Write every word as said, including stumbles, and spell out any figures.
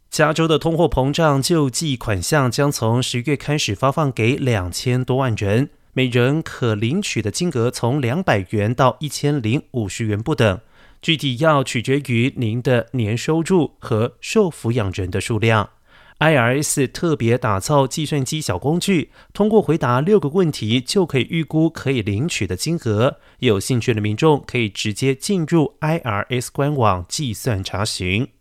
加州的通货膨胀救济款项将从十月开始发放给两千多万人，每人可领取的金额从两百元到一千零五十元不等，具体要取决于您的年收入和受抚养人的数量。I R S 特别打造计算机小工具，通过回答六个问题就可以预估可以领取的金额。有兴趣的民众可以直接进入 I R S 官网计算查询。